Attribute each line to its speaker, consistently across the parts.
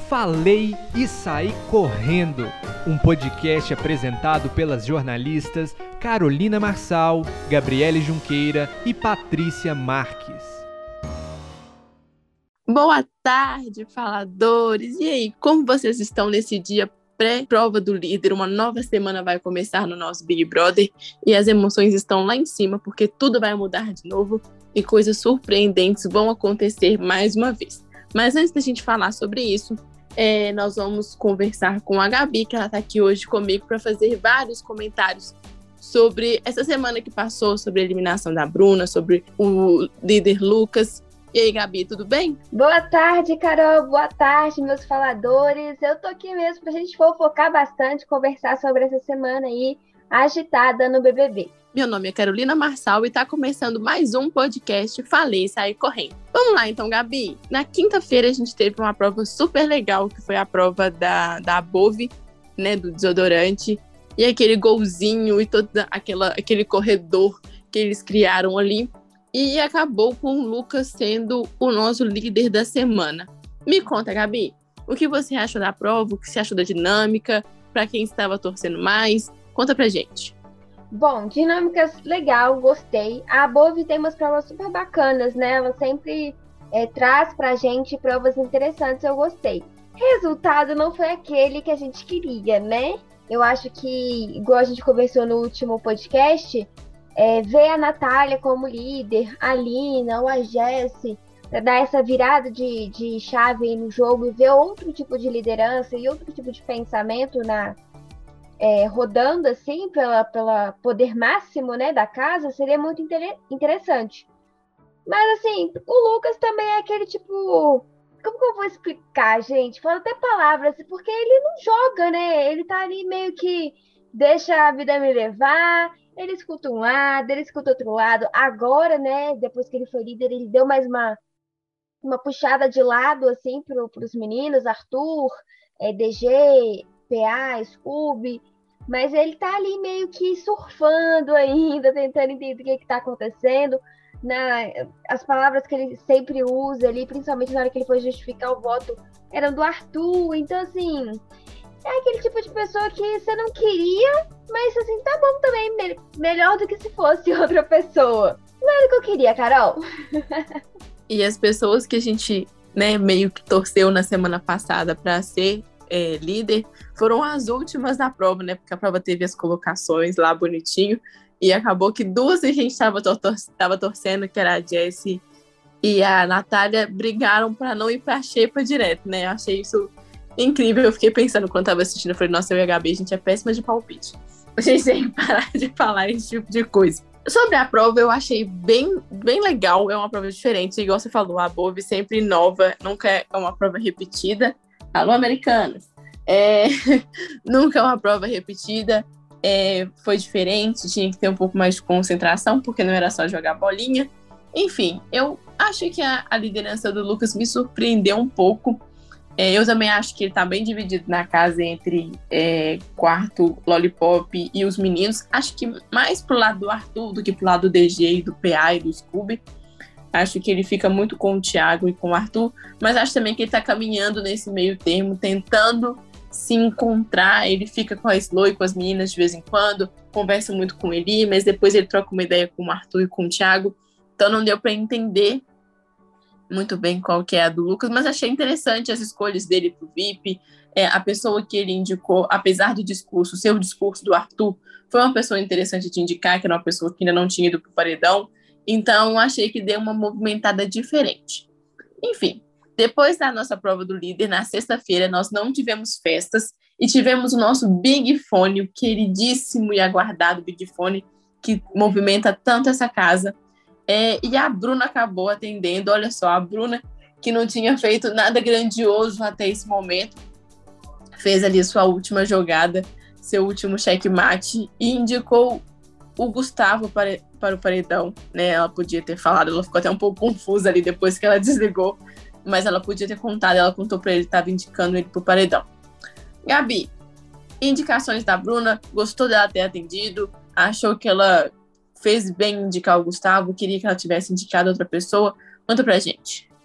Speaker 1: Falei e Saí Correndo, um podcast apresentado pelas jornalistas Carolina Marçal, Gabriele Junqueira e Patrícia Marques.
Speaker 2: Boa tarde, faladores! E aí, como vocês estão nesse dia pré-prova do líder? Uma nova semana vai começar no nosso Big Brother e as emoções estão lá em cima porque tudo vai mudar de novo e coisas surpreendentes vão acontecer mais uma vez. Mas antes da gente falar sobre isso, nós vamos conversar com a Gabi, que ela está aqui hoje comigo para fazer vários comentários sobre essa semana que passou, sobre a eliminação da Bruna, sobre o líder Lucas. E aí, Gabi, tudo bem?
Speaker 3: Boa tarde, Carol. Boa tarde, meus faladores. Eu tô aqui mesmo pra gente fofocar bastante, conversar sobre essa semana aí agitada no BBB.
Speaker 2: Meu nome é Carolina Marçal e tá começando mais um podcast Falei e Saí Correndo. Vamos lá então, Gabi. Na quinta-feira a gente teve uma prova super legal, que foi a prova da Above, né, do desodorante, e aquele golzinho e todo aquele corredor que eles criaram ali. E acabou com o Lucas sendo o nosso líder da semana. Me conta, Gabi, o que você achou da prova, o que você achou da dinâmica, para quem estava torcendo mais? Conta pra gente.
Speaker 3: Bom, dinâmicas legal, gostei. A Above tem umas provas super bacanas, né? Ela sempre traz pra gente provas interessantes, eu gostei. Resultado não foi aquele que a gente queria, né? Eu acho que, igual a gente conversou no último podcast, ver a Natália como líder, a Lina ou a Jessi, para dar essa virada de chave aí no jogo e ver outro tipo de liderança e outro tipo de pensamento rodando assim pela poder máximo, né, da casa, seria muito interessante. Mas assim, o Lucas também é aquele tipo... Como que eu vou explicar, gente? Falando até palavras, porque ele não joga, né? Ele tá ali meio que deixa a vida me levar, ele escuta um lado, ele escuta outro lado. Agora, né, depois que ele foi líder, ele deu mais uma puxada de lado, assim, pros meninos, Arthur, DG, PA, Scooby, mas ele tá ali meio que surfando ainda, tentando entender o que tá acontecendo. As palavras que ele sempre usa ali, principalmente na hora que ele foi justificar o voto, eram do Arthur. Então, assim, é aquele tipo de pessoa que você não queria, mas assim, tá bom também, melhor do que se fosse outra pessoa. Não era o que eu queria, Carol.
Speaker 2: E as pessoas que a gente, né, meio que torceu na semana passada para ser líder, foram as últimas da prova, né? Porque a prova teve as colocações lá bonitinho, e acabou que duas a gente tava torcendo, que era a Jessi e a Natália, brigaram para não ir pra xepa direto, né? Eu achei isso incrível. Eu fiquei pensando quando tava assistindo, eu falei, nossa, eu e a Gabi, a gente é péssima de palpite. A gente tem que parar de falar esse tipo de coisa. Sobre a prova, eu achei bem, bem legal. É uma prova diferente, igual você falou, a Above sempre inova, nunca é uma prova repetida. Alô, americanos! Nunca é uma prova repetida. Foi diferente, tinha que ter um pouco mais de concentração, porque não era só jogar bolinha. Enfim, eu acho que a liderança do Lucas me surpreendeu um pouco. Eu também acho que ele tá bem dividido na casa entre quarto, Lollipop e os meninos. Acho que mais pro lado do Arthur do que pro lado do DG, do PA e do Scooby. Acho que ele fica muito com o Thiago e com o Arthur, mas acho também que ele tá caminhando nesse meio termo, tentando se encontrar. Ele fica com a Slo e com as meninas de vez em quando, conversa muito com ele, mas depois ele troca uma ideia com o Arthur e com o Thiago. Então não deu para entender muito bem qual que é a do Lucas, mas achei interessante as escolhas dele pro VIP. A pessoa que ele indicou, apesar do discurso, o seu discurso do Arthur, foi uma pessoa interessante de indicar, que era uma pessoa que ainda não tinha ido pro paredão. Então, achei que deu uma movimentada diferente. Enfim, depois da nossa prova do líder, na sexta-feira, nós não tivemos festas e tivemos o nosso Big Fone, o queridíssimo e aguardado Big Fone, que movimenta tanto essa casa. E a Bruna acabou atendendo. Olha só, a Bruna, que não tinha feito nada grandioso até esse momento, fez ali sua última jogada, seu último checkmate e indicou o Gustavo para o paredão, né? Ela podia ter falado, ela ficou até um pouco confusa ali depois que ela desligou, mas ela podia ter contado, ela contou para ele, estava indicando ele para o paredão. Gabi, indicações da Bruna, gostou dela ter atendido, achou que ela fez bem em indicar o Gustavo, queria que ela tivesse indicado outra pessoa? Conta pra gente.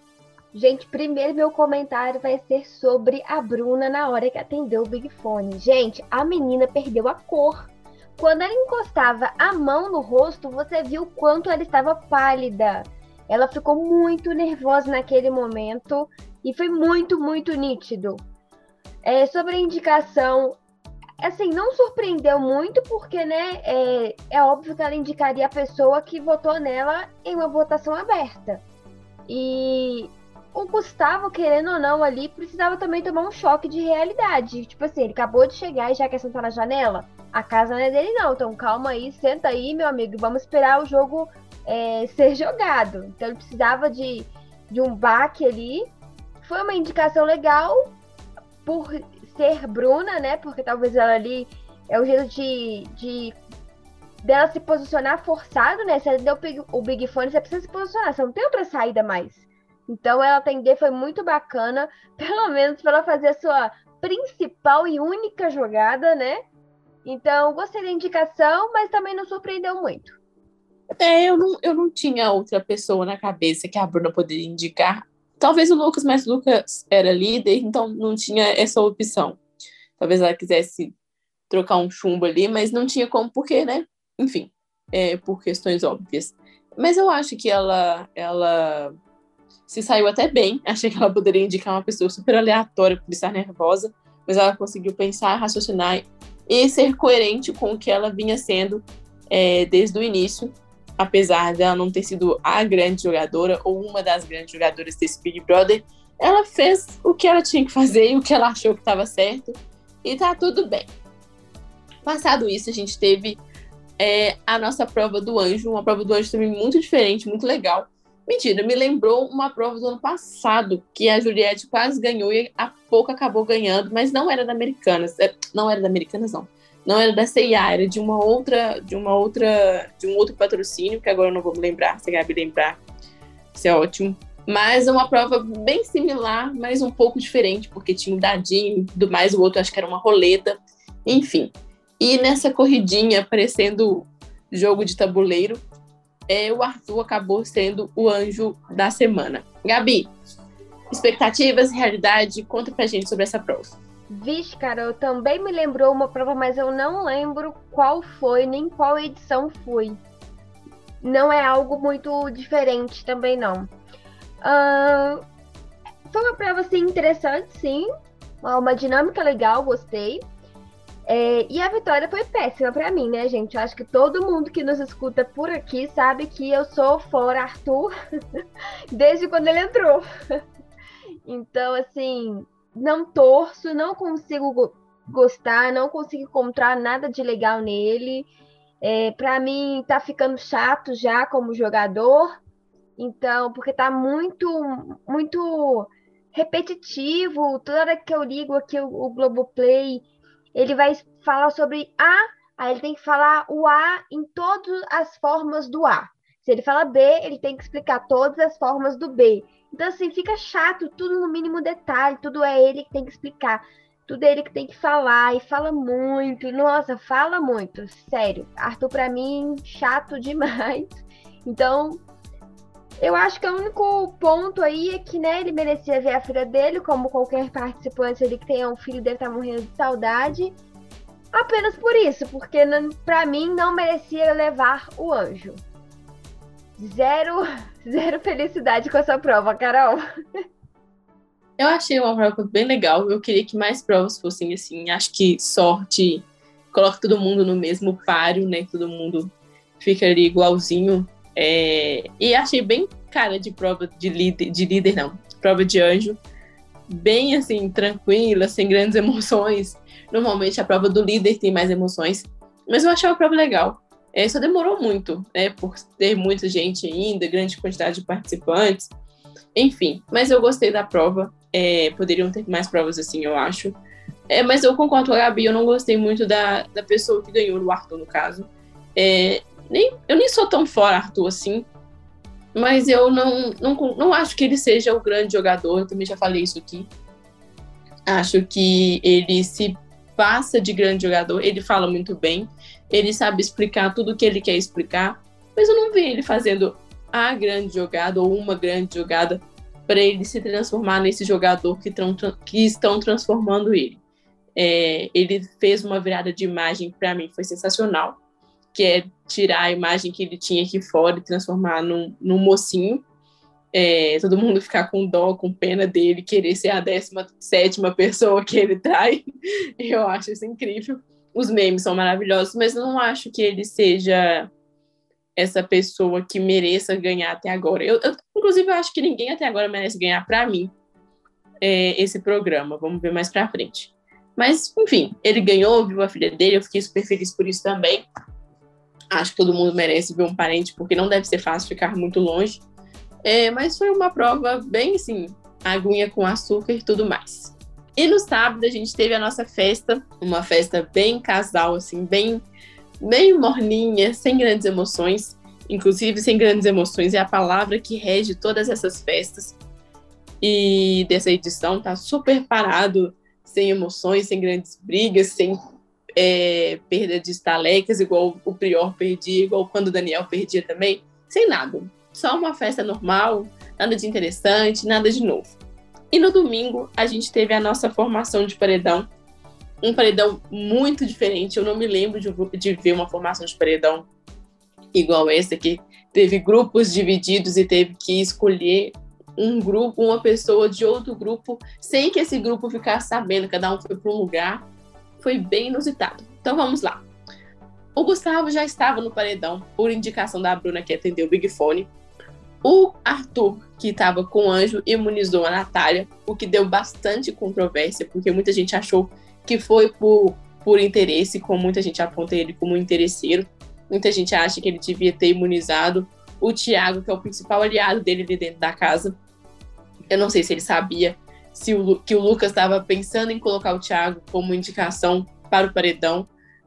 Speaker 3: Gente, primeiro meu comentário vai ser sobre a Bruna na hora que atendeu o Big Fone. Gente, a menina perdeu a cor. Quando ela encostava a mão no rosto, você viu o quanto ela estava pálida. Ela ficou muito nervosa naquele momento e foi muito, muito nítido. Sobre a indicação, assim, não surpreendeu muito porque, né, é óbvio que ela indicaria a pessoa que votou nela em uma votação aberta. E o Gustavo, querendo ou não, ali, precisava também tomar um choque de realidade. Tipo assim, ele acabou de chegar e já quer sentar na janela. A casa não é dele, não. Então, calma aí, senta aí, meu amigo. Vamos esperar o jogo ser jogado. Então, ele precisava de um baque ali. Foi uma indicação legal por ser Bruna, né? Porque talvez ela ali é o jeito dela se posicionar forçado, né? Se ela deu o Big Fone, você precisa se posicionar. Você não tem outra saída mais. Então, ela atender foi muito bacana. Pelo menos para ela fazer a sua principal e única jogada, né? Então, gostei da indicação, mas também não surpreendeu muito.
Speaker 2: Eu não tinha outra pessoa na cabeça que a Bruna poderia indicar. Talvez o Lucas, mas o Lucas era líder, então não tinha essa opção. Talvez ela quisesse trocar um chumbo ali, mas não tinha como, porque, né? Enfim, por questões óbvias. Mas eu acho que ela se saiu até bem. Achei que ela poderia indicar uma pessoa super aleatória por estar nervosa, mas ela conseguiu pensar, raciocinar e ser coerente com o que ela vinha sendo desde o início, apesar dela não ter sido a grande jogadora ou uma das grandes jogadoras desse Big Brother. Ela fez o que ela tinha que fazer e o que ela achou que estava certo, e tá tudo bem. Passado isso, a gente teve a nossa prova do anjo, uma prova do anjo também muito diferente, muito legal. Mentira, me lembrou uma prova do ano passado, que a Juliette quase ganhou e a pouco acabou ganhando, mas não era da Americanas. Não era da Americanas, não. Não era da C&A, era de um outro patrocínio, que agora eu não vou me lembrar. Se a Gabi lembrar, isso é ótimo. Mas é uma prova bem similar, mas um pouco diferente, porque tinha um dadinho e tudo mais, o outro acho que era uma roleta. Enfim. E nessa corridinha, parecendo jogo de tabuleiro, o Arthur acabou sendo o anjo da semana. Gabi, expectativas, realidade, conta pra gente sobre essa prova.
Speaker 3: Vixe, Carol, também me lembrou uma prova, mas eu não lembro qual foi, nem qual edição foi. Não é algo muito diferente também, não. Foi uma prova, assim, interessante, sim. Uma dinâmica legal, gostei. E a vitória foi péssima pra mim, né, gente? Eu acho que todo mundo que nos escuta por aqui sabe que eu sou fora Arthur desde quando ele entrou. Então, assim, não torço, não consigo gostar, não consigo encontrar nada de legal nele. Pra mim, tá ficando chato já como jogador. Então, porque tá muito, muito repetitivo. Toda hora que eu ligo aqui o Globoplay, ele vai falar sobre A, aí ele tem que falar o A em todas as formas do A. Se ele fala B, ele tem que explicar todas as formas do B. Então, assim, fica chato, tudo no mínimo detalhe, tudo é ele que tem que explicar, tudo é ele que tem que falar, e fala muito, nossa, fala muito, sério. Arthur, pra mim, chato demais. Então, eu acho que o único ponto aí é que, né, ele merecia ver a filha dele, como qualquer participante ali que tenha um filho deve estar morrendo de saudade. Apenas por isso, porque pra mim não merecia levar o anjo. Zero felicidade com essa prova, Carol.
Speaker 2: Eu achei uma prova bem legal. Eu queria que mais provas fossem assim. Acho que sorte coloca todo mundo no mesmo páreo, né? Todo mundo fica ali igualzinho. E achei bem cara de prova de líder não, prova de anjo, bem assim, tranquila, sem grandes emoções. Normalmente a prova do líder tem mais emoções, mas eu achei a prova legal. Só demorou muito, né, por ter muita gente ainda, grande quantidade de participantes, enfim, mas eu gostei da prova. Poderiam ter mais provas assim, eu acho. Mas eu concordo com a Gabi, eu não gostei muito da pessoa que ganhou, o Arthur, no caso. Eu nem sou tão fora Arthur assim, mas eu não acho que ele seja o grande jogador. Eu também já falei isso aqui. Acho que ele se passa de grande jogador, ele fala muito bem, ele sabe explicar tudo o que ele quer explicar, mas eu não vi ele fazendo a grande jogada ou uma grande jogada para ele se transformar nesse jogador que estão transformando ele. Ele fez uma virada de imagem, para mim, foi sensacional, que é tirar a imagem que ele tinha aqui fora e transformar num mocinho. Todo mundo ficar com dó, com pena dele, querer ser a 17ª pessoa que ele trai. Eu acho isso incrível. Os memes são maravilhosos, mas eu não acho que ele seja essa pessoa que mereça ganhar até agora. Inclusive, eu acho que ninguém até agora merece ganhar, para mim, esse programa. Vamos ver mais pra frente. Mas, enfim, ele ganhou, viu a filha dele, eu fiquei super feliz por isso também. Acho que todo mundo merece ver um parente, porque não deve ser fácil ficar muito longe. Mas foi uma prova bem, assim, aguinha com açúcar e tudo mais. E no sábado a gente teve a nossa festa, uma festa bem casal, assim, bem morninha, sem grandes emoções. Inclusive, sem grandes emoções é a palavra que rege todas essas festas. E dessa edição tá super parado, sem emoções, sem grandes brigas, sem perda de estalecas, igual o Prior perdia, igual quando o Daniel perdia também. Sem nada. Só uma festa normal, nada de interessante, nada de novo. E no domingo, a gente teve a nossa formação de paredão. Um paredão muito diferente. Eu não me lembro de ver uma formação de paredão igual essa, que teve grupos divididos e teve que escolher um grupo, uma pessoa de outro grupo, sem que esse grupo ficasse sabendo, cada um foi para um lugar. Foi bem inusitado. Então vamos lá. O Gustavo já estava no paredão, por indicação da Bruna, que atendeu o Big Fone. O Arthur, que estava com o Anjo, imunizou a Natália, o que deu bastante controvérsia, porque muita gente achou que foi por interesse, como muita gente aponta ele como um interesseiro. Muita gente acha que ele devia ter imunizado o Thiago, que é o principal aliado dele ali dentro da casa. Eu não sei se ele sabia que o Lucas estava pensando em colocar o Thiago como indicação para o paredão.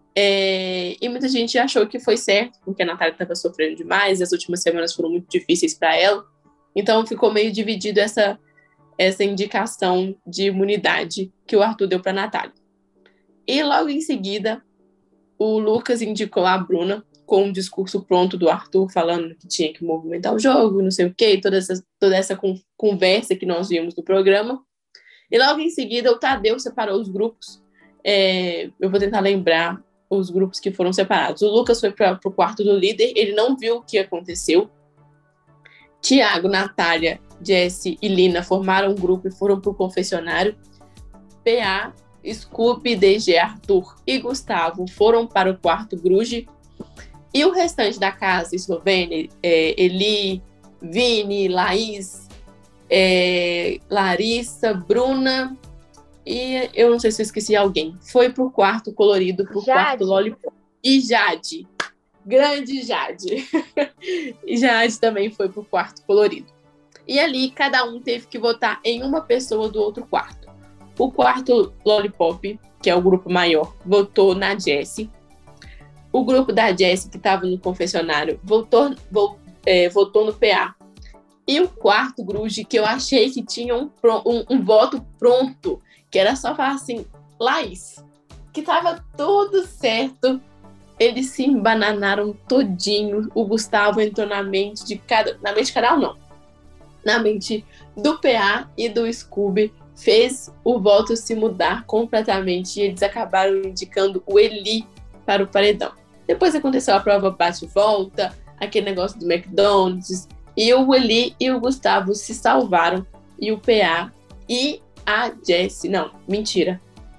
Speaker 2: E muita gente achou que foi certo, porque a Natália estava sofrendo demais, as últimas semanas foram muito difíceis para ela, então ficou meio dividido essa indicação de imunidade que o Arthur deu para a Natália. E logo em seguida, o Lucas indicou a Bruna com um discurso pronto do Arthur, falando que tinha que movimentar o jogo, não sei o quê, toda essa conversa que nós vimos no programa. E logo em seguida, o Tadeu separou os grupos. Eu vou tentar lembrar os grupos que foram separados. O Lucas foi para o quarto do líder, ele não viu o que aconteceu. Thiago, Natália, Jessie e Lina formaram um grupo e foram para o confessionário. PA, Scooby, DG, Arthur e Gustavo foram para o quarto Gruge. E o restante da casa, Eslovênia, Eli, Vini, Laís, Larissa, Bruna... E eu não sei se eu esqueci alguém. Foi pro quarto colorido, pro quarto Lollipop. E Jade. Grande Jade. E Jade também foi pro quarto colorido. E ali, cada um teve que votar em uma pessoa do outro quarto. O quarto Lollipop, que é o grupo maior, votou na Jessie. O grupo da Jessie, que estava no confessionário, votou no PA. E o quarto Gruge, que eu achei que tinha um voto pronto, que era só falar assim, Laís, que tava tudo certo. Eles se embananaram todinho. O Gustavo entrou na mente de cada um, não. Na mente do PA e do Scooby, fez o voto se mudar completamente e eles acabaram indicando o Eli para o paredão. Depois aconteceu a prova bate-volta, aquele negócio do McDonald's, e o Eli e o Gustavo se salvaram, e o PA e a Jessie... Não, mentira.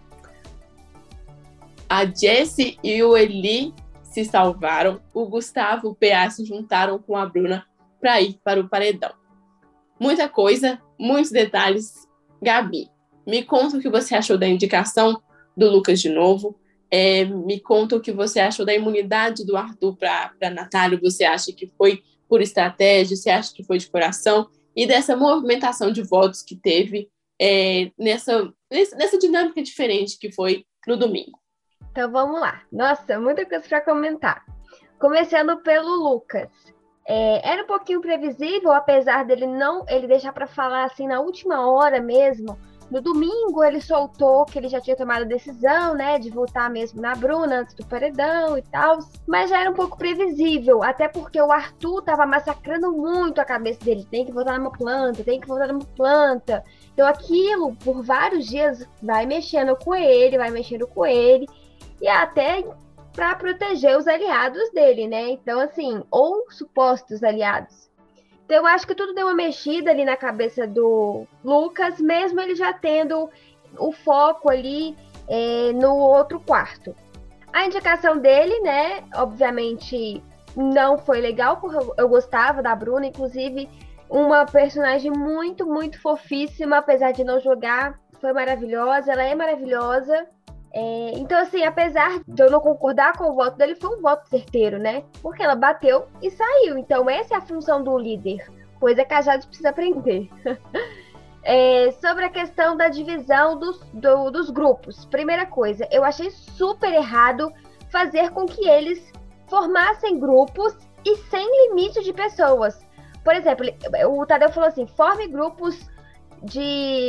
Speaker 2: A Jessie e o Eli se salvaram. O Gustavo e o PA se juntaram com a Bruna para ir para o paredão. Muita coisa, muitos detalhes. Gabi, me conta o que você achou da indicação do Lucas de novo. Me conta o que você achou da imunidade do Arthur para a Natália. Você acha que foi por estratégia? Você acha que foi de coração? E dessa movimentação de votos que teve nessa dinâmica diferente que foi no domingo.
Speaker 3: Então vamos lá. Nossa, muita coisa para comentar. Começando pelo Lucas. Era um pouquinho previsível, apesar dele deixar para falar assim na última hora mesmo, No domingo, ele soltou que ele já tinha tomado a decisão, né, de votar mesmo na Bruna antes do paredão e tal. Mas já era um pouco previsível, até porque o Arthur tava massacrando muito a cabeça dele. Tem que votar numa planta, tem que votar numa planta. Então aquilo, por vários dias, vai mexendo com ele. E até para proteger os aliados dele, né? Então, assim, ou supostos aliados. Então, eu acho que tudo deu uma mexida ali na cabeça do Lucas, mesmo ele já tendo o foco ali no outro quarto. A indicação dele, né, obviamente não foi legal, porque eu gostava da Bruna, inclusive uma personagem muito, muito fofíssima, apesar de não jogar, foi maravilhosa, ela é maravilhosa. Então, assim, apesar de eu não concordar com o voto dele, foi um voto certeiro, né? Porque ela bateu e saiu. Então, essa é a função do líder, coisa que a Jade precisa aprender. Sobre a questão da divisão dos grupos. Primeira coisa, eu achei super errado fazer com que eles formassem grupos e sem limite de pessoas. Por exemplo, o Tadeu falou assim, forme grupos de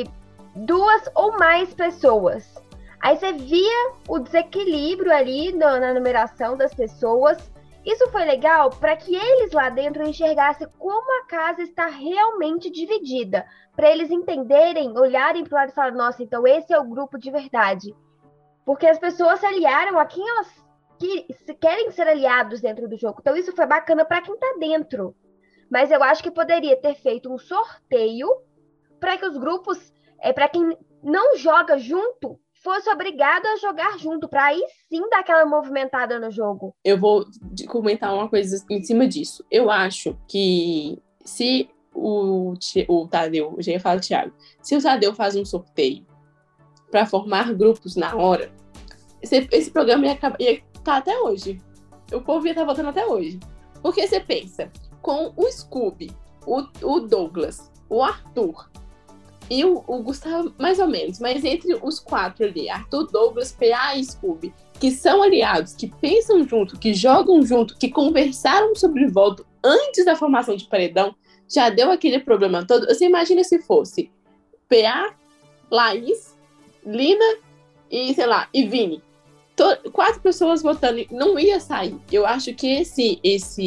Speaker 3: 2 ou mais pessoas. Aí você via o desequilíbrio ali na numeração das pessoas. Isso foi legal para que eles lá dentro enxergassem como a casa está realmente dividida. Para eles entenderem, olharem para o lado e falar, nossa, então esse é o grupo de verdade. Porque as pessoas se aliaram a quem elas querem ser aliados dentro do jogo. Então isso foi bacana para quem está dentro. Mas eu acho que poderia ter feito um sorteio para que os grupos, para quem não joga junto, fosse obrigado a jogar junto, para aí sim dar aquela movimentada no jogo.
Speaker 2: Eu vou comentar uma coisa em cima disso. Eu acho que se o Tadeu, eu já ia falar Thiago, se o Tadeu faz um sorteio para formar grupos na hora, esse programa ia estar até hoje. O povo ia estar votando até hoje. Porque você pensa, com o Scooby, o Douglas, o Arthur e o Gustavo, mais ou menos, mas entre os 4 ali, Arthur, Douglas, PA e Scooby, que são aliados, que pensam junto, que jogam junto, que conversaram sobre voto antes da formação de paredão, já deu aquele problema todo. Você imagina se fosse PA, Laís, Lina e, sei lá, e Vini. 4 pessoas votando, não ia sair. Eu acho que esse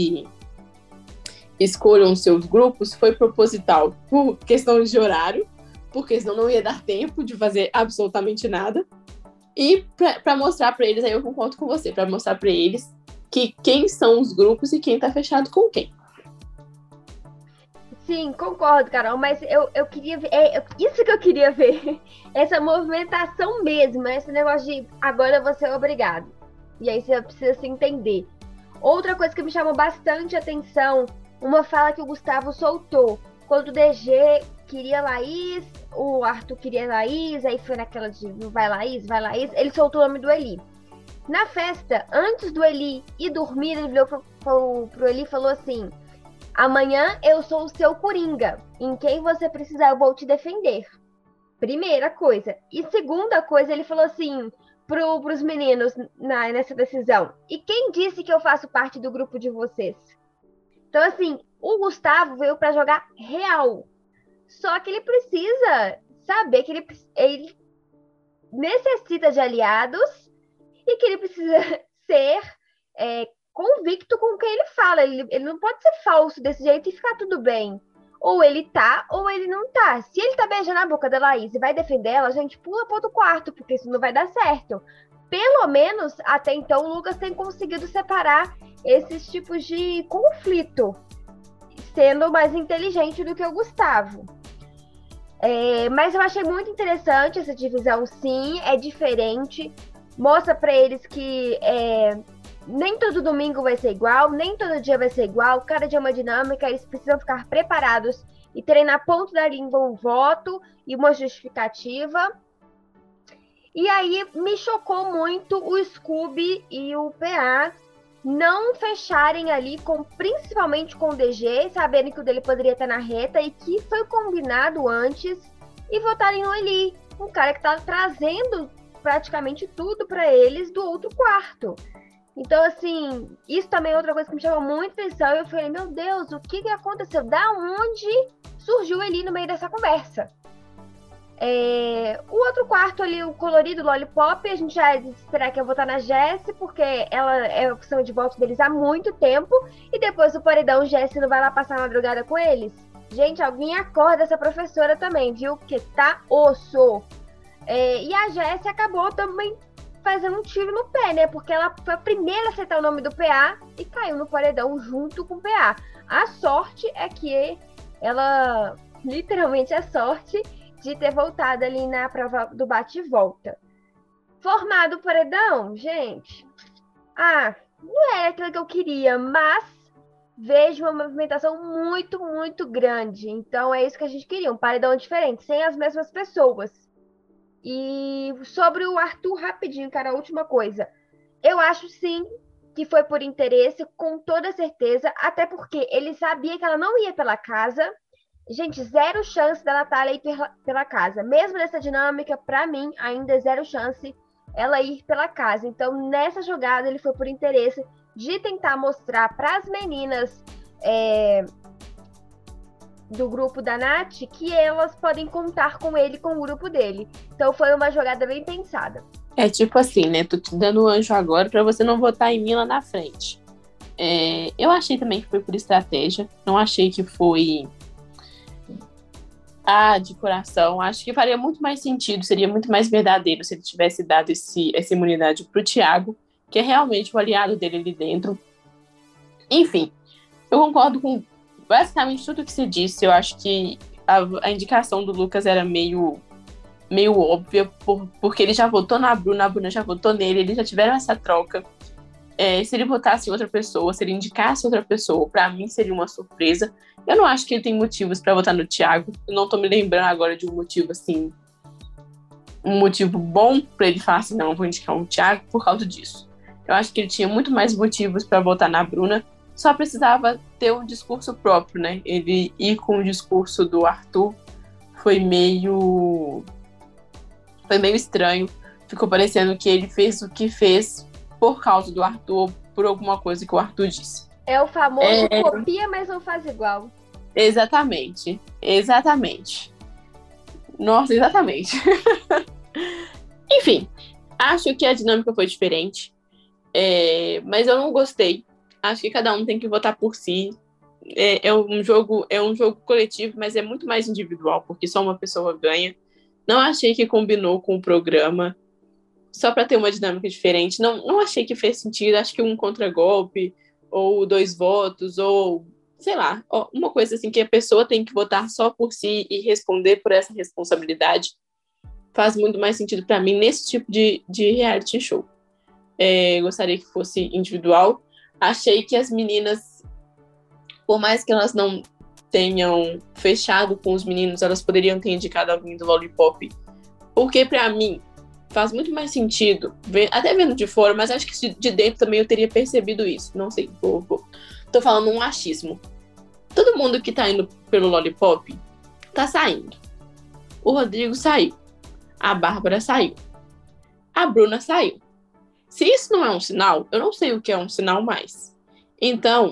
Speaker 2: escolham seus grupos foi proposital por questões de horário, porque senão não ia dar tempo de fazer absolutamente nada. E para mostrar para eles, aí eu concordo com você, para mostrar para eles que quem são os grupos e quem tá fechado com quem.
Speaker 3: Sim, concordo, Carol, mas eu queria ver, isso que eu queria ver, essa movimentação mesmo, esse negócio de agora eu vou ser obrigado. E aí você precisa se entender. Outra coisa que me chamou bastante atenção, uma fala que o Gustavo soltou, quando o DG queria Laís, o Arthur queria Laís, aí foi naquela de vai Laís, ele soltou o nome do Eli. Na festa, antes do Eli ir dormir, ele virou pro Eli e falou assim, amanhã eu sou o seu Coringa, em quem você precisar eu vou te defender. Primeira coisa. E segunda coisa, ele falou assim pros meninos nessa decisão, e quem disse que eu faço parte do grupo de vocês? Então assim, o Gustavo veio para jogar real. Só que ele precisa saber que ele necessita de aliados e que ele precisa ser convicto com o que ele fala. Ele não pode ser falso desse jeito e ficar tudo bem. Ou ele tá, ou ele não tá. Se ele tá beijando a boca da Laís e vai defender ela, a gente pula pro outro quarto, porque isso não vai dar certo. Pelo menos, até então, o Lucas tem conseguido separar esses tipos de conflito, sendo mais inteligente do que o Gustavo. Mas eu achei muito interessante essa divisão, sim, é diferente. Mostra para eles que nem todo domingo vai ser igual, nem todo dia vai ser igual, cada dia é uma dinâmica, eles precisam ficar preparados e terem na ponta da língua um voto e uma justificativa. E aí me chocou muito o Scooby e o PA não fecharem ali, principalmente com o DG, sabendo que o dele poderia estar na reta e que foi combinado antes, e votarem no Eli, um cara que tá trazendo praticamente tudo para eles do outro quarto. Então, assim, isso também é outra coisa que me chamou muita atenção. Eu falei, meu Deus, o que aconteceu? Da onde surgiu o Eli no meio dessa conversa? O outro quarto ali, o colorido, Lollipop, a gente já disse esperar que eu votar na Jessie, porque ela é a opção de voto deles há muito tempo. E depois do paredão, Jessie não vai lá passar a madrugada com eles? Gente, alguém acorda essa professora também, viu? Porque tá osso. E a Jessie acabou também fazendo um tiro no pé, né? Porque ela foi a primeira a aceitar o nome do PA e caiu no paredão junto com o PA. A sorte é que ela, literalmente a sorte de ter voltado ali na prova do bate e volta. Formado o paredão, gente, não era aquilo que eu queria, mas vejo uma movimentação muito, muito grande. Então é isso que a gente queria, um paredão diferente, sem as mesmas pessoas. E sobre o Arthur, rapidinho, cara, a última coisa. Eu acho sim que foi por interesse, com toda certeza, até porque ele sabia que ela não ia pela casa. Gente, zero chance da Natália ir pela casa. Mesmo nessa dinâmica, pra mim, ainda é zero chance ela ir pela casa. Então, nessa jogada, ele foi por interesse de tentar mostrar para as meninas do grupo da Nath que elas podem contar com ele, com o grupo dele. Então, foi uma jogada bem pensada.
Speaker 2: É tipo assim, né? Tô te dando o anjo agora pra você não votar em mim lá na frente. Eu achei também que foi por estratégia. Não achei que foi de coração. Acho que faria muito mais sentido, seria muito mais verdadeiro se ele tivesse dado essa imunidade pro Thiago, que é realmente o aliado dele ali dentro. Enfim, eu concordo com basicamente tudo que você disse. Eu acho que a indicação do Lucas era meio óbvia, porque ele já votou na Bruna, a Bruna já votou nele, eles já tiveram essa troca. Se ele votasse em outra pessoa, se ele indicasse outra pessoa, pra mim seria uma surpresa. Eu não acho que ele tem motivos pra votar no Thiago. Eu não tô me lembrando agora de um motivo assim, um motivo bom pra ele falar assim, não, vou indicar um Thiago por causa disso. Eu acho que ele tinha muito mais motivos pra votar na Bruna, só precisava ter um discurso próprio, né? Ele ir com o discurso do Arthur foi meio estranho. Ficou parecendo que ele fez o que fez por causa do Arthur, por alguma coisa que o Arthur disse.
Speaker 3: É o famoso copia, mas não faz igual.
Speaker 2: Exatamente. Nossa, exatamente. Enfim, acho que a dinâmica foi diferente, mas eu não gostei. Acho que cada um tem que votar por si. É um jogo coletivo, mas é muito mais individual, porque só uma pessoa ganha. Não achei que combinou com o programa, só para ter uma dinâmica diferente. Não achei que fez sentido. Acho que um contragolpe, ou 2 votos, ou sei lá, uma coisa assim que a pessoa tem que votar só por si e responder por essa responsabilidade, faz muito mais sentido para mim nesse tipo de reality show. Gostaria que fosse individual. Achei que as meninas, por mais que elas não tenham fechado com os meninos, elas poderiam ter indicado alguém do Lollipop, porque pra mim faz muito mais sentido, até vendo de fora, mas acho que de dentro também eu teria percebido isso. Não sei, tô falando um achismo. Todo mundo que tá indo pelo Lollipop tá saindo. O Rodrigo saiu, a Bárbara saiu, a Bruna saiu. Se isso não é um sinal, eu não sei o que é um sinal mais. Então,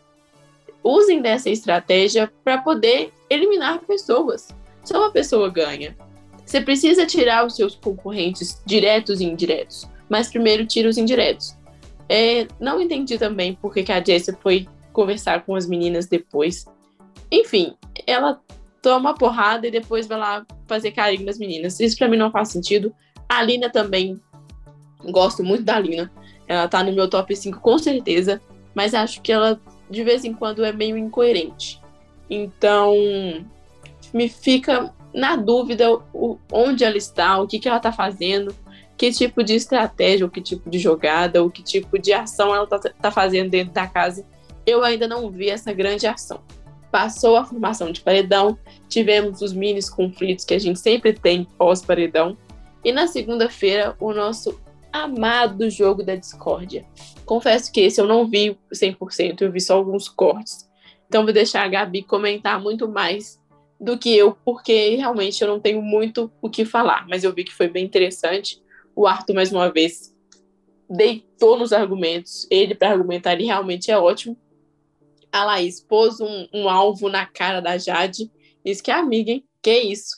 Speaker 2: usem dessa estratégia para poder eliminar pessoas. Só uma pessoa ganha. Você precisa tirar os seus concorrentes diretos e indiretos, mas primeiro tira os indiretos. Não entendi também por que a Jessie foi conversar com as meninas depois. Enfim, ela toma porrada e depois vai lá fazer carinho nas meninas. Isso pra mim não faz sentido. A Lina também, gosto muito da Lina. Ela tá no meu top 5 com certeza, mas acho que ela de vez em quando é meio incoerente. Então, me fica na dúvida onde ela está, o que ela está fazendo, que tipo de estratégia, ou que tipo de jogada, ou que tipo de ação ela tá fazendo dentro da casa. Eu ainda não vi essa grande ação. Passou a formação de paredão, tivemos os mini conflitos que a gente sempre tem pós-paredão, e na segunda-feira o nosso amado jogo da discórdia. Confesso que esse eu não vi 100%, eu vi só alguns cortes. Então vou deixar a Gabi comentar muito mais do que eu, porque realmente eu não tenho muito o que falar, mas eu vi que foi bem interessante. O Arthur, mais uma vez, deitou nos argumentos. Ele, para argumentar, ele realmente é ótimo. A Laís pôs um alvo na cara da Jade. Disse que é amiga, hein? Que isso?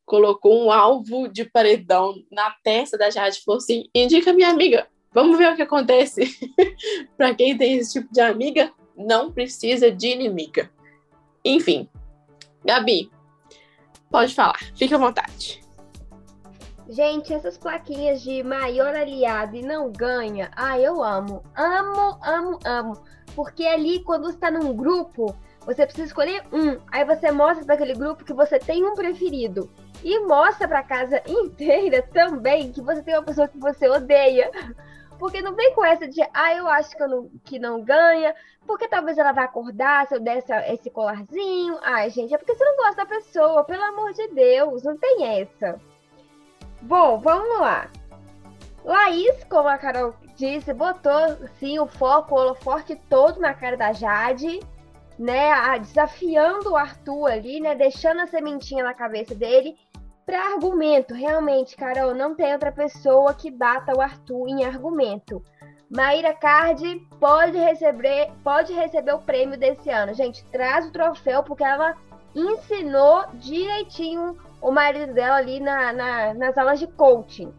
Speaker 2: colocou um alvo de paredão na testa da Jade e falou assim: indica minha amiga, vamos ver o que acontece. Para quem tem esse tipo de amiga, não precisa de inimiga. Enfim, Gabi, pode falar, fique à vontade.
Speaker 3: Gente, essas plaquinhas de maior aliado e não ganha, eu amo. Amo, amo, amo. Porque ali, quando você está num grupo, você precisa escolher um. Aí você mostra para aquele grupo que você tem um preferido. E mostra para a casa inteira também que você tem uma pessoa que você odeia. Porque não vem com essa de, eu acho que não ganha, porque talvez ela vá acordar se eu der esse colarzinho. Ai, gente, é porque você não gosta da pessoa, pelo amor de Deus, não tem essa. Bom, vamos lá. Laís, como a Carol disse, botou, sim, o foco, o holoforte todo na cara da Jade, né, desafiando o Arthur ali, né, deixando a sementinha na cabeça dele para argumento. Realmente, Carol, não tem outra pessoa que bata o Arthur em argumento. Mayra Card pode receber o prêmio desse ano. Gente, traz o troféu porque ela ensinou direitinho o marido dela ali nas aulas de coaching.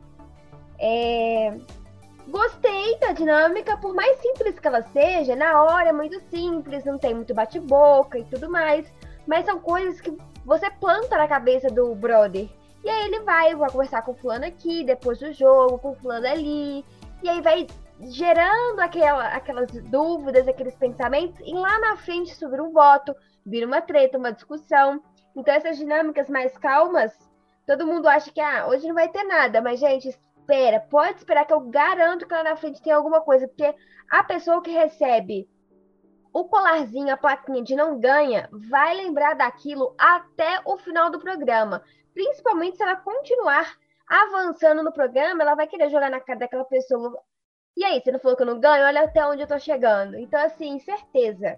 Speaker 3: Gostei da dinâmica, por mais simples que ela seja, na hora é muito simples, não tem muito bate-boca e tudo mais, mas são coisas que você planta na cabeça do brother. E aí ele vai conversar com o fulano aqui, depois do jogo, com o fulano ali, e aí vai gerando aquelas dúvidas, aqueles pensamentos, e lá na frente isso vira um voto, vira uma treta, uma discussão. Então essas dinâmicas mais calmas, todo mundo acha que hoje não vai ter nada, mas gente, pode esperar que eu garanto que lá na frente tem alguma coisa, porque a pessoa que recebe o colarzinho, a plaquinha de não ganha, vai lembrar daquilo até o final do programa. Principalmente se ela continuar avançando no programa, ela vai querer jogar na cara daquela pessoa. E aí, você não falou que eu não ganho? Olha até onde eu tô chegando. Então, assim, certeza.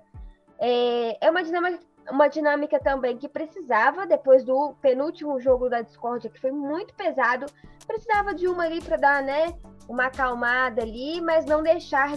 Speaker 3: É uma dinâmica também que precisava, depois do penúltimo jogo da discórdia, que foi muito pesado, precisava de uma ali para dar, né, uma acalmada ali, mas não deixar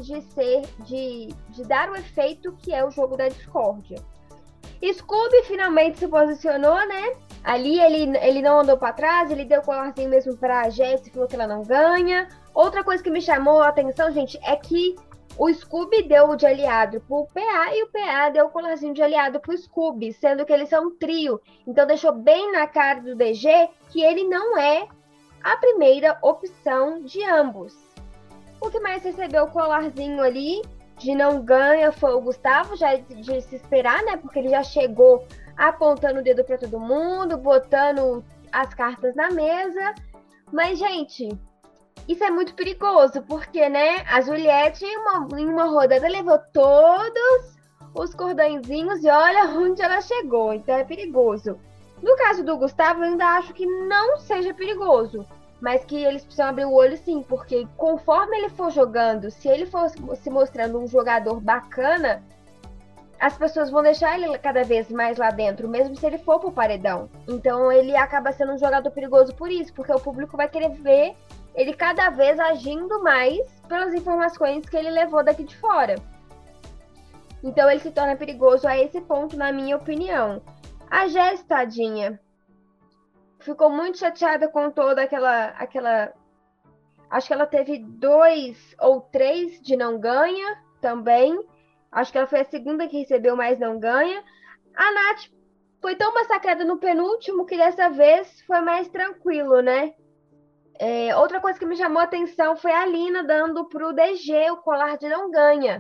Speaker 3: de dar o efeito que é o jogo da discórdia. Scooby finalmente se posicionou, né? Ali ele não andou para trás, ele deu o colarzinho mesmo pra Jessie, falou que ela não ganha. Outra coisa que me chamou a atenção, gente, é que o Scooby deu o de aliado pro PA e o PA deu o colarzinho de aliado pro Scooby, sendo que eles são um trio. Então deixou bem na cara do DG que ele não é a primeira opção de ambos. O que mais recebeu o colarzinho ali de não ganha foi o Gustavo, já de se esperar, né? Porque ele já chegou apontando o dedo para todo mundo, botando as cartas na mesa. Mas, gente, isso é muito perigoso, porque, né, a Juliette, em uma rodada, levou todos os cordõezinhos e olha onde ela chegou. Então é perigoso. No caso do Gustavo, eu ainda acho que não seja perigoso, mas que eles precisam abrir o olho sim, porque conforme ele for jogando, se ele for se mostrando um jogador bacana, as pessoas vão deixar ele cada vez mais lá dentro, mesmo se ele for pro paredão. Então ele acaba sendo um jogador perigoso por isso, porque o público vai querer ver ele cada vez agindo mais pelas informações que ele levou daqui de fora. Então ele se torna perigoso a esse ponto, na minha opinião. A Jess, tadinha, ficou muito chateada com toda aquela... Acho que ela teve 2 ou 3 de não ganha também. Acho que ela foi a segunda que recebeu mais não ganha. A Nath foi tão massacrada no penúltimo que dessa vez foi mais tranquilo, né? Outra coisa que me chamou a atenção foi a Lina dando pro DG o colar de não ganha.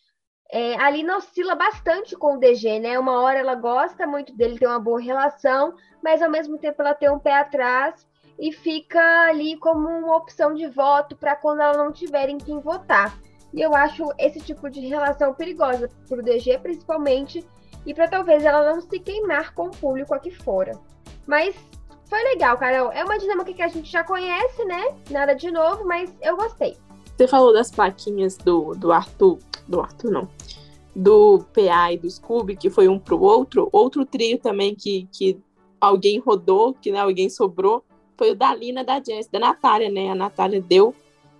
Speaker 3: A Lina oscila bastante com o DG, né? Uma hora ela gosta muito dele, tem uma boa relação, mas ao mesmo tempo ela tem um pé atrás e fica ali como uma opção de voto para quando ela não tiver em quem votar. E eu acho esse tipo de relação perigosa pro DG, principalmente, e para talvez ela não se queimar com o público aqui fora. Mas foi legal, Carol. É uma dinâmica que a gente já conhece, né? Nada de novo, mas eu gostei.
Speaker 2: Você falou das plaquinhas do Arthur. Do Arthur, não. Do PA e do Scooby, que foi um pro outro. Outro trio também que alguém rodou, que, né, alguém sobrou, foi o da Lina, da Jess, da Natália, né? A Natália deu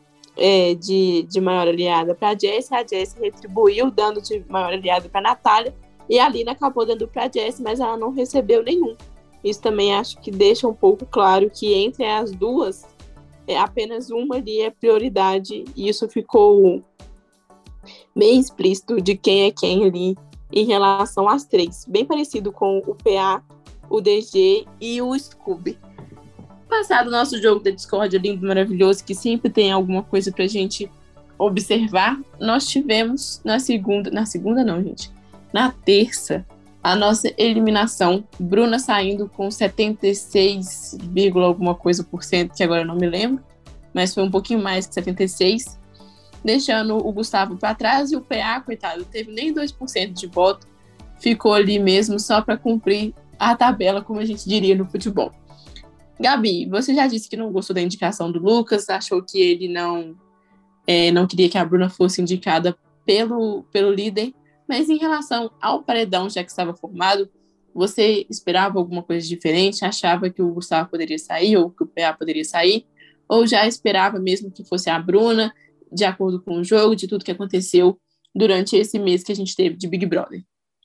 Speaker 2: de maior aliada pra Jess, a Jess retribuiu dando de maior aliada pra Natália, e a Lina acabou dando pra Jess, mas ela não recebeu nenhum. Isso também acho que deixa um pouco claro que entre as duas, apenas uma ali é prioridade, e isso ficou bem explícito de quem é quem ali em relação às três. Bem parecido com o PA, o DG e o Scooby. Passado o nosso jogo da discórdia lindo, maravilhoso, que sempre tem alguma coisa pra gente observar, nós tivemos na terça, a nossa eliminação, Bruna saindo com 76, alguma coisa por cento, que agora eu não me lembro, mas foi um pouquinho mais que 76, deixando o Gustavo para trás, e o PA, coitado, teve nem 2% de voto, ficou ali mesmo só para cumprir a tabela, como a gente diria no futebol. Gabi, você já disse que não gostou da indicação do Lucas, achou que ele não queria que a Bruna fosse indicada pelo líder, mas em relação ao paredão, já que estava formado, você esperava alguma coisa diferente? Achava que o Gustavo poderia sair ou que o PA poderia sair? Ou já esperava mesmo que fosse a Bruna, de acordo com o jogo, de tudo que aconteceu durante esse mês que a gente teve de Big Brother?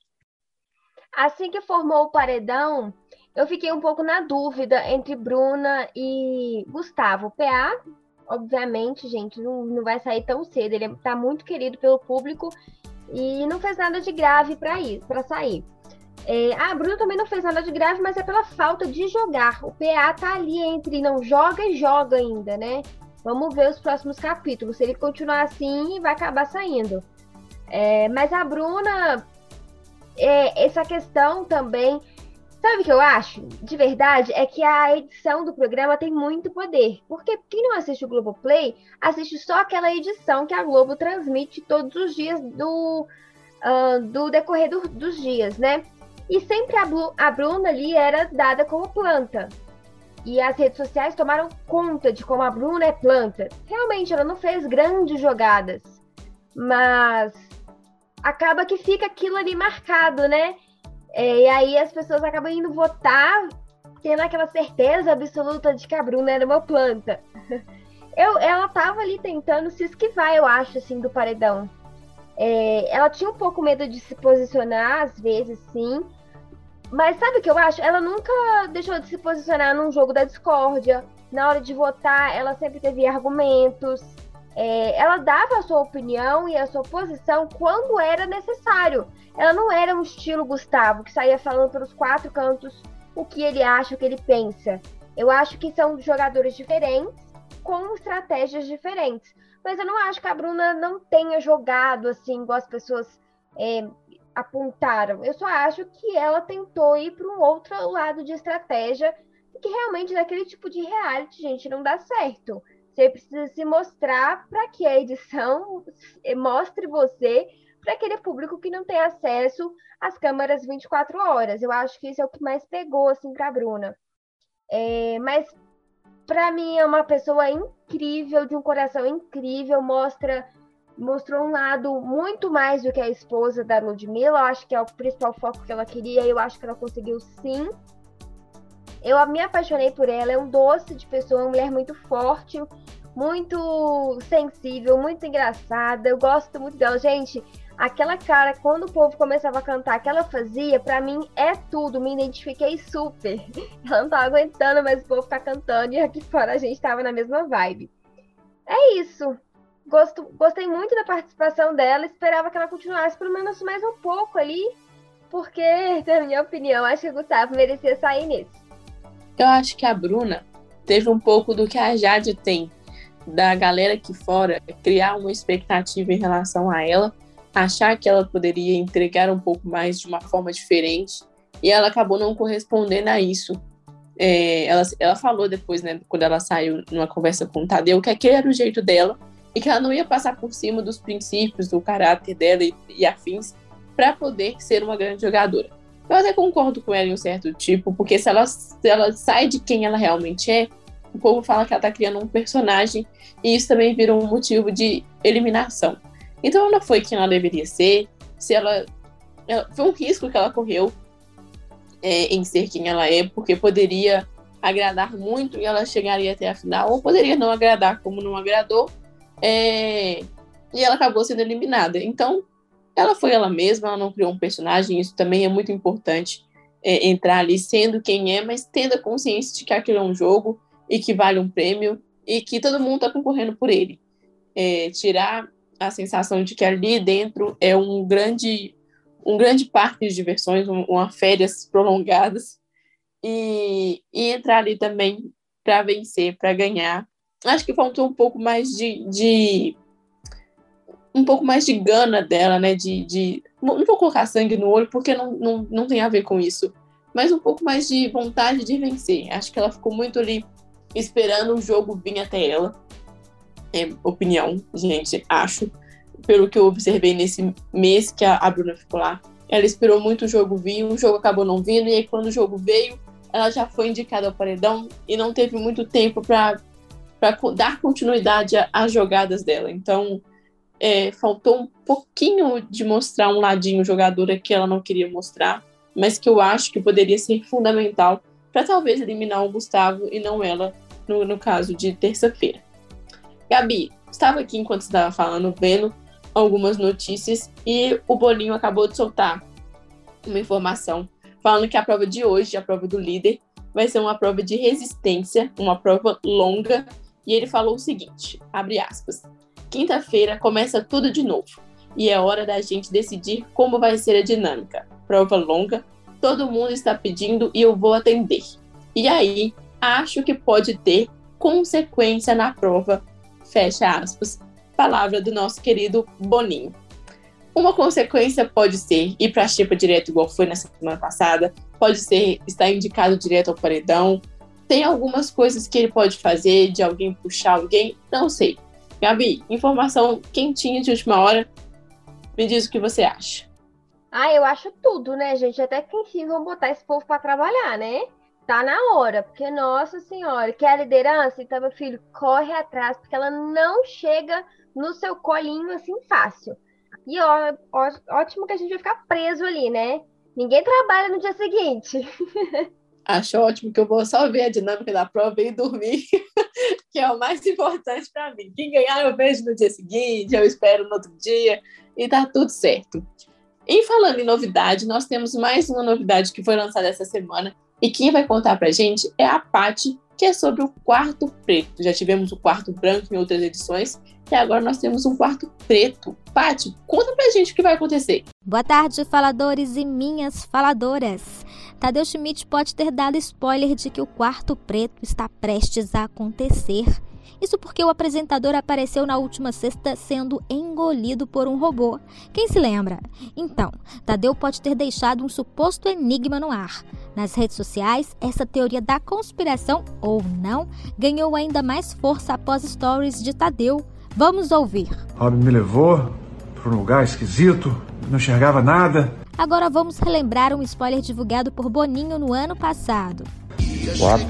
Speaker 3: Assim que formou o paredão, eu fiquei um pouco na dúvida entre Bruna e Gustavo. O PA, obviamente, gente, não vai sair tão cedo. Ele tá muito querido pelo público e não fez nada de grave para sair. A Bruna também não fez nada de grave, mas é pela falta de jogar. O PA tá ali entre não joga e joga ainda, né? Vamos ver os próximos capítulos. Se ele continuar assim, vai acabar saindo. Mas a Bruna, essa questão também... Sabe o que eu acho, de verdade, é que a edição do programa tem muito poder. Porque quem não assiste o Globoplay, assiste só aquela edição que a Globo transmite todos os dias do decorrer dos dias, né? E sempre a Bruna ali era dada como planta. E as redes sociais tomaram conta de como a Bruna é planta. Realmente, ela não fez grandes jogadas. Mas acaba que fica aquilo ali marcado, né? E aí as pessoas acabam indo votar tendo aquela certeza absoluta de que a Bruna era uma planta. Ela tava ali tentando se esquivar, eu acho, assim, do paredão. Ela tinha um pouco medo de se posicionar, às vezes, sim. Mas sabe o que eu acho? Ela nunca deixou de se posicionar num jogo da discórdia. Na hora de votar, ela sempre teve argumentos. Ela dava a sua opinião e a sua posição quando era necessário. Ela não era um estilo Gustavo, que saía falando pelos quatro cantos o que ele acha, o que ele pensa. Eu acho que são jogadores diferentes, com estratégias diferentes. Mas eu não acho que a Bruna não tenha jogado assim, igual as pessoas apontaram. Eu só acho que ela tentou ir para um outro lado de estratégia, que realmente naquele tipo de reality, gente, não dá certo. Você precisa se mostrar para que a edição mostre você para aquele público que não tem acesso às câmeras 24 horas. Eu acho que isso é o que mais pegou assim, para a Bruna. Mas, para mim, é uma pessoa incrível, de um coração incrível, mostrou um lado muito mais do que a esposa da Ludmilla. Eu acho que é o principal foco que ela queria, e eu acho que ela conseguiu sim. Eu me apaixonei por ela, é um doce de pessoa, uma mulher muito forte, muito sensível, muito engraçada. Eu gosto muito dela. Gente, aquela cara, quando o povo começava a cantar, que ela fazia, pra mim é tudo, me identifiquei super. Ela não tava aguentando mais o povo ficar cantando, e aqui fora a gente tava na mesma vibe. É isso. Gostei muito da participação dela, esperava que ela continuasse pelo menos mais um pouco ali, porque, na minha opinião, acho que o Gustavo merecia sair nesse.
Speaker 2: Eu acho que a Bruna teve um pouco do que a Jade tem, da galera aqui fora, criar uma expectativa em relação a ela, achar que ela poderia entregar um pouco mais de uma forma diferente, e ela acabou não correspondendo a isso. Ela falou depois, né, quando ela saiu numa conversa com o Tadeu, que aquele era o jeito dela, e que ela não ia passar por cima dos princípios, do caráter dela e afins, para poder ser uma grande jogadora. Eu até concordo com ela em um certo tipo, porque se ela sai de quem ela realmente é, o povo fala que ela tá criando um personagem, e isso também vira um motivo de eliminação. Então ela não foi quem ela deveria ser, foi um risco que ela correu em ser quem ela é, porque poderia agradar muito e ela chegaria até a final, ou poderia não agradar como não agradou, e ela acabou sendo eliminada. Então ela foi ela mesma, ela não criou um personagem, isso também é muito importante entrar ali sendo quem é, mas tendo a consciência de que aquilo é um jogo e que vale um prêmio e que todo mundo está concorrendo por ele. Tirar a sensação de que ali dentro é um grande parque de diversões, uma férias prolongadas, e entrar ali também para vencer, para ganhar. Acho que faltou um pouco mais de gana dela, né? Não vou colocar sangue no olho, porque não tem a ver com isso, mas um pouco mais de vontade de vencer. Acho que ela ficou muito ali esperando o jogo vir até ela. Opinião, gente, acho. Pelo que eu observei nesse mês que a Bruna ficou lá, ela esperou muito o jogo vir, o jogo acabou não vindo, e aí quando o jogo veio, ela já foi indicada ao paredão e não teve muito tempo para dar continuidade às jogadas dela. Então, faltou um pouquinho de mostrar um ladinho jogadora que ela não queria mostrar, mas que eu acho que poderia ser fundamental para talvez eliminar o Gustavo e não ela, no caso de terça-feira. Gabi, estava aqui enquanto você estava falando, vendo algumas notícias, e o Boninho acabou de soltar uma informação falando que a prova de hoje, a prova do líder, vai ser uma prova de resistência, uma prova longa, e ele falou o seguinte, abre aspas, quinta-feira começa tudo de novo, e é hora da gente decidir como vai ser a dinâmica. Prova longa, todo mundo está pedindo e eu vou atender. E aí, acho que pode ter consequência na prova, fecha aspas, palavra do nosso querido Boninho. Uma consequência pode ser ir para a xepa direto, igual foi na semana passada, pode ser estar indicado direto ao paredão. Tem algumas coisas que ele pode fazer, de alguém puxar alguém, não sei. Gabi, informação quentinha de última hora, me diz o que você acha.
Speaker 3: Eu acho tudo, né, gente? Até que enfim vão botar esse povo para trabalhar, né? Tá na hora, porque, nossa senhora, quer a liderança? Então, meu filho, corre atrás, porque ela não chega no seu colinho assim fácil. E ótimo que a gente vai ficar preso ali, né? Ninguém trabalha no dia seguinte.
Speaker 2: Acho ótimo, que eu vou só ver a dinâmica da prova e dormir, que é o mais importante para mim. Quem ganhar eu vejo no dia seguinte, eu espero no outro dia, e tá tudo certo. E falando em novidade, nós temos mais uma novidade que foi lançada essa semana, e quem vai contar pra gente é a Paty, que é sobre o quarto preto. Já tivemos o quarto branco em outras edições, e agora nós temos um quarto preto. Paty, conta pra gente o que vai acontecer.
Speaker 4: Boa tarde, faladores e minhas faladoras. Tadeu Schmidt pode ter dado spoiler de que o quarto preto está prestes a acontecer. Isso porque o apresentador apareceu na última sexta sendo engolido por um robô. Quem se lembra? Então, Tadeu pode ter deixado um suposto enigma no ar. Nas redes sociais, essa teoria da conspiração, ou não, ganhou ainda mais força após stories de Tadeu. Vamos ouvir.
Speaker 5: Rob me levou para um lugar esquisito, não enxergava nada.
Speaker 4: Agora vamos relembrar um spoiler divulgado por Boninho no ano passado.
Speaker 5: Quarto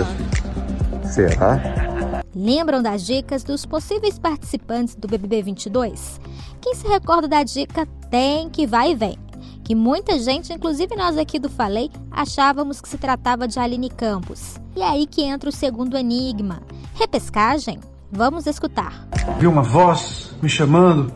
Speaker 5: preto. Será?
Speaker 4: Lembram das dicas dos possíveis participantes do BBB 22? Quem se recorda da dica tem que vai e vem, que muita gente, inclusive nós aqui do Falei, achávamos que se tratava de Aline Campos. E é aí que entra o segundo enigma. Repescagem? Vamos escutar.
Speaker 5: Vi uma voz me chamando.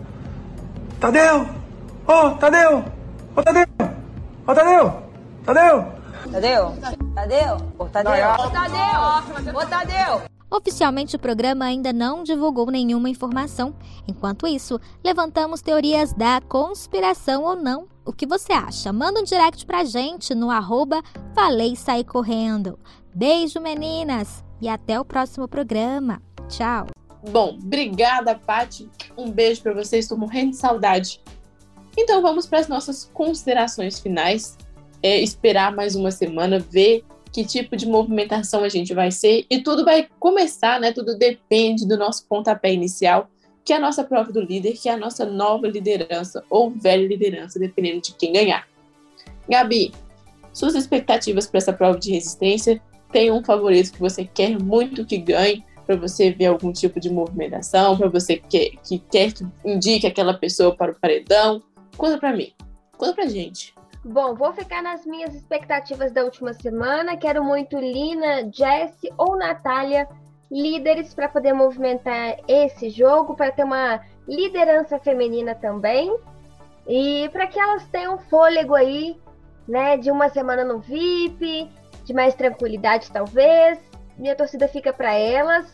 Speaker 5: Tadeu! Ô, Tadeu! Ô, Tadeu! Ô, Tadeu! Tadeu!
Speaker 6: Tadeu? Tadeu? Ô, Tadeu! Ô, Tadeu! Ô, Tadeu!
Speaker 4: Oficialmente, o programa ainda não divulgou nenhuma informação. Enquanto isso, levantamos teorias da conspiração ou não. O que você acha? Manda um direct pra gente no @FaleiSaiCorrendo. Beijo, meninas! E até o próximo programa. Tchau!
Speaker 2: Bom, obrigada, Paty. Um beijo pra vocês, estou morrendo de saudade. Então vamos para as nossas considerações finais. Esperar mais uma semana, ver que tipo de movimentação a gente vai ser, e tudo vai começar, né? Tudo depende do nosso pontapé inicial, que é a nossa prova do líder, que é a nossa nova liderança, ou velha liderança, dependendo de quem ganhar. Gabi, suas expectativas para essa prova de resistência? Tem um favorito que você quer muito que ganhe, para você ver algum tipo de movimentação, para você que quer que indique aquela pessoa para o paredão? Conta para mim, conta pra gente.
Speaker 3: Bom, vou ficar nas minhas expectativas da última semana. Quero muito Lina, Jessie ou Natália, líderes, para poder movimentar esse jogo, para ter uma liderança feminina também. E para que elas tenham fôlego aí né? De uma semana no VIP, de mais tranquilidade talvez. Minha torcida fica para elas.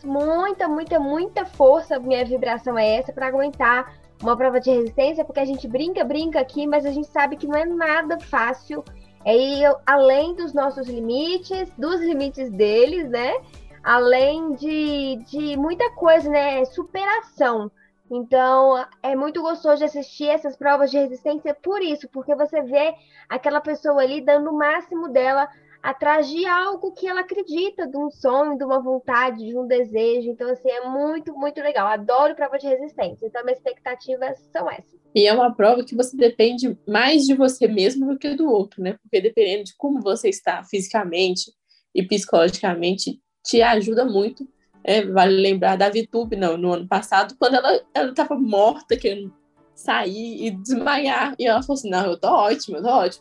Speaker 3: Muita força, minha vibração é essa para aguentar uma prova de resistência, porque a gente brinca aqui, mas a gente sabe que não é nada fácil. É ir além dos nossos limites, dos limites deles, né? Além de muita coisa, né? Superação. Então, é muito gostoso de assistir essas provas de resistência por isso, porque você vê aquela pessoa ali dando o máximo dela atrás de algo que ela acredita, de um sonho, de uma vontade, de um desejo. Então, assim, é muito legal. Adoro prova de resistência. Então, minhas expectativas são essas.
Speaker 2: E é uma prova que você depende mais de você mesmo do que do outro, né? Porque dependendo de como você está fisicamente e psicologicamente, te ajuda muito. Vale lembrar da VTube, no ano passado, quando ela estava morta, querendo sair e desmaiar. E ela falou assim, não, eu tô ótima.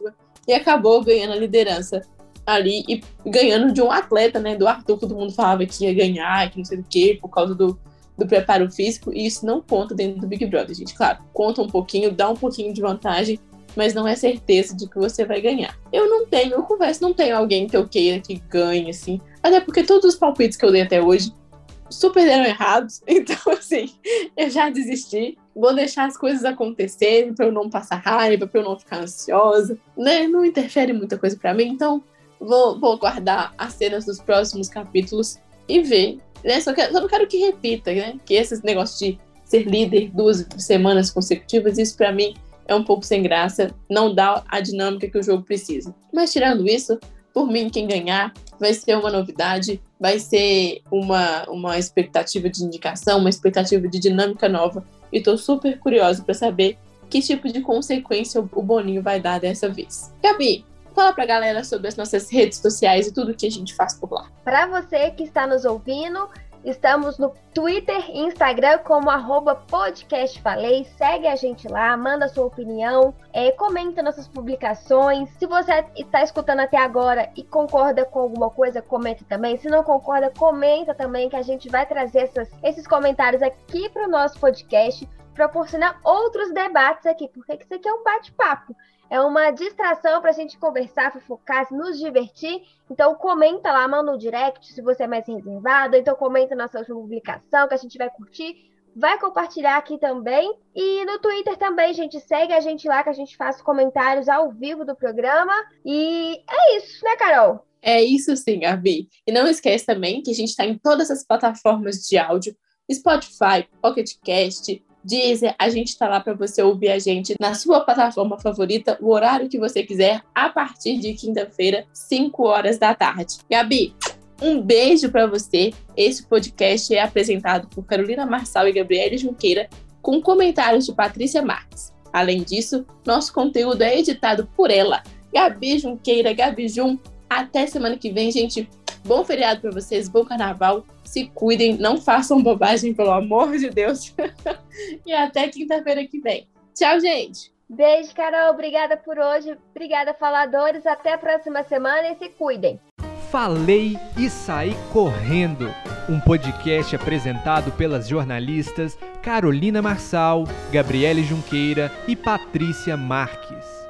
Speaker 2: E acabou ganhando a liderança ali e ganhando de um atleta, né, do Arthur, que todo mundo falava que ia ganhar, que não sei o quê, por causa do preparo físico, e isso não conta dentro do Big Brother, gente. Claro, conta um pouquinho, dá um pouquinho de vantagem, mas não é certeza de que você vai ganhar. Eu confesso, não tenho alguém que eu queira que ganhe, assim, até porque todos os palpites que eu dei até hoje super deram errados, então, assim, eu já desisti. Vou deixar as coisas acontecerem pra eu não passar raiva, pra eu não ficar ansiosa, né? Não interfere muita coisa pra mim, então vou guardar as cenas dos próximos capítulos e ver, né? Só não quero que repita, né? Que esse negócio de ser líder 2 semanas consecutivas, isso pra mim é um pouco sem graça, não dá a dinâmica que o jogo precisa. Mas tirando isso, por mim, quem ganhar vai ser uma novidade, vai ser uma expectativa de indicação, uma expectativa de dinâmica nova, e tô super curiosa pra saber que tipo de consequência o Boninho vai dar dessa vez. Gabi, fala pra galera sobre as nossas redes sociais e tudo que a gente faz por lá.
Speaker 3: Para você que está nos ouvindo, estamos no Twitter e Instagram como @podcastfalei. Segue a gente lá, manda sua opinião, comenta nossas publicações. Se você está escutando até agora e concorda com alguma coisa, comenta também. Se não concorda, comenta também, que a gente vai trazer esses comentários aqui para o nosso podcast, proporcionar outros debates aqui, porque isso aqui é um bate-papo. É uma distração para a gente conversar, fofocar, nos divertir. Então comenta lá, manda um direct se você é mais reservado. Então comenta na sua publicação que a gente vai curtir. Vai compartilhar aqui também. E no Twitter também, gente. Segue a gente lá que a gente faz comentários ao vivo do programa. E é isso, né, Carol?
Speaker 2: É isso sim, Gabi. E não esquece também que a gente está em todas as plataformas de áudio. Spotify, Pocket Cast, Deezer, a gente tá lá para você ouvir a gente na sua plataforma favorita, o horário que você quiser, a partir de quinta-feira, 5 horas da tarde. Gabi, um beijo para você. Esse podcast é apresentado por Carolina Marçal e Gabriele Junqueira, com comentários de Patrícia Marques. Além disso, nosso conteúdo é editado por ela, Gabi Junqueira, Gabi Jun. Até semana que vem, gente. Bom feriado para vocês, bom carnaval. Se cuidem, não façam bobagem, pelo amor de Deus. E até quinta-feira que vem. Tchau, gente.
Speaker 3: Beijo, Carol. Obrigada por hoje. Obrigada, faladores. Até a próxima semana e se cuidem.
Speaker 1: Falei e Saí Correndo, um podcast apresentado pelas jornalistas Carolina Marçal, Gabriele Junqueira e Patrícia Marques.